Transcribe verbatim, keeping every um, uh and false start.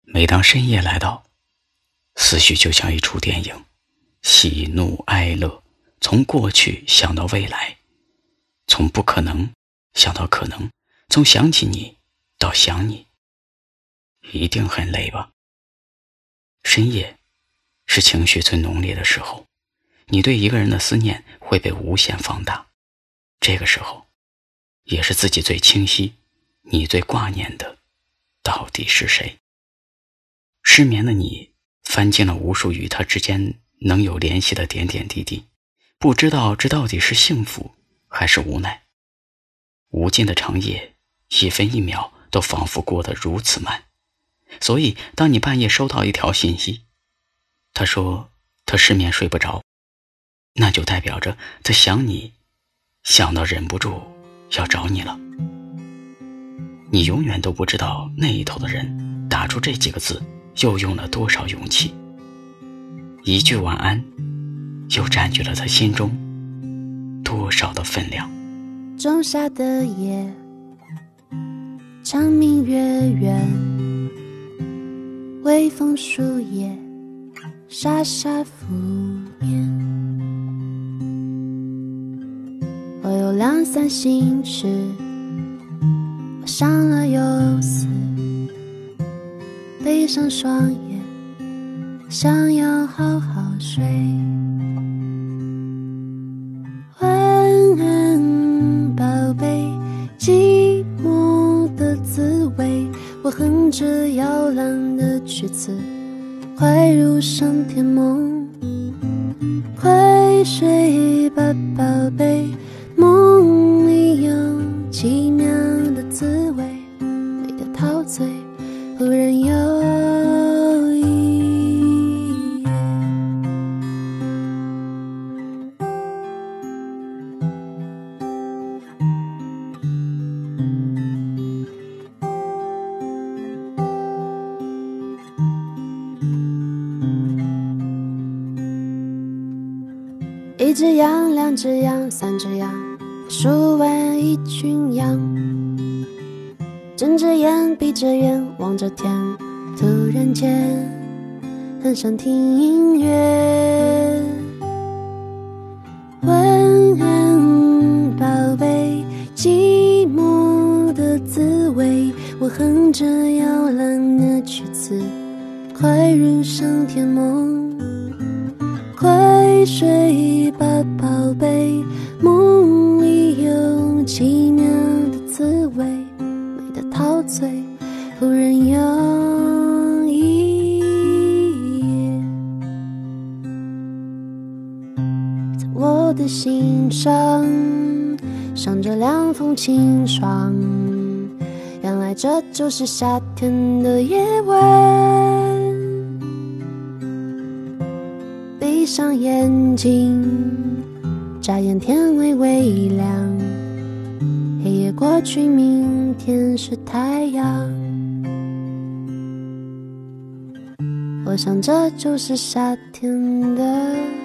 每当深夜来到，思绪就像一出电影，喜怒哀乐，从过去想到未来，从不可能想到可能，从想起你到想你。一定很累吧？深夜是情绪最浓烈的时候，你对一个人的思念会被无限放大，这个时候也是自己最清晰，你最挂念的到底是谁？失眠的你翻进了无数与他之间能有联系的点点滴滴，不知道这到底是幸福还是无奈。无尽的长夜，一分一秒都仿佛过得如此慢。所以当你半夜收到一条信息，他说他失眠睡不着，那就代表着他想你，想到忍不住要找你了。你永远都不知道那一头的人打出这几个字又用了多少勇气，一句晚安又占据了他心中多少的分量。 仲夏的夜，长明月圆，微风树叶沙沙拂面。我有两三心事，我想了又思，闭上双眼，想要好好睡。晚安，宝贝，寂寞的滋味，我哼着摇篮的曲子，快入上天梦。快睡吧，宝贝，梦里有奇妙的滋味，美得陶醉，忽然有一夜。一只羊，两只羊，三只羊，数完一群羊，睁着眼闭着眼望着天，突然间很想听音乐。晚安，宝贝，寂寞的滋味，我哼着摇篮的曲子，快入上天梦。快睡吧，宝贝，梦里有奇妙的滋味，美得陶醉，忽然有一夜，在我的心上赏着凉风清爽，原来这就是夏天的夜晚。闭上眼睛，眨眼天微微亮，黑夜过去，明天是太阳。我想这就是夏天的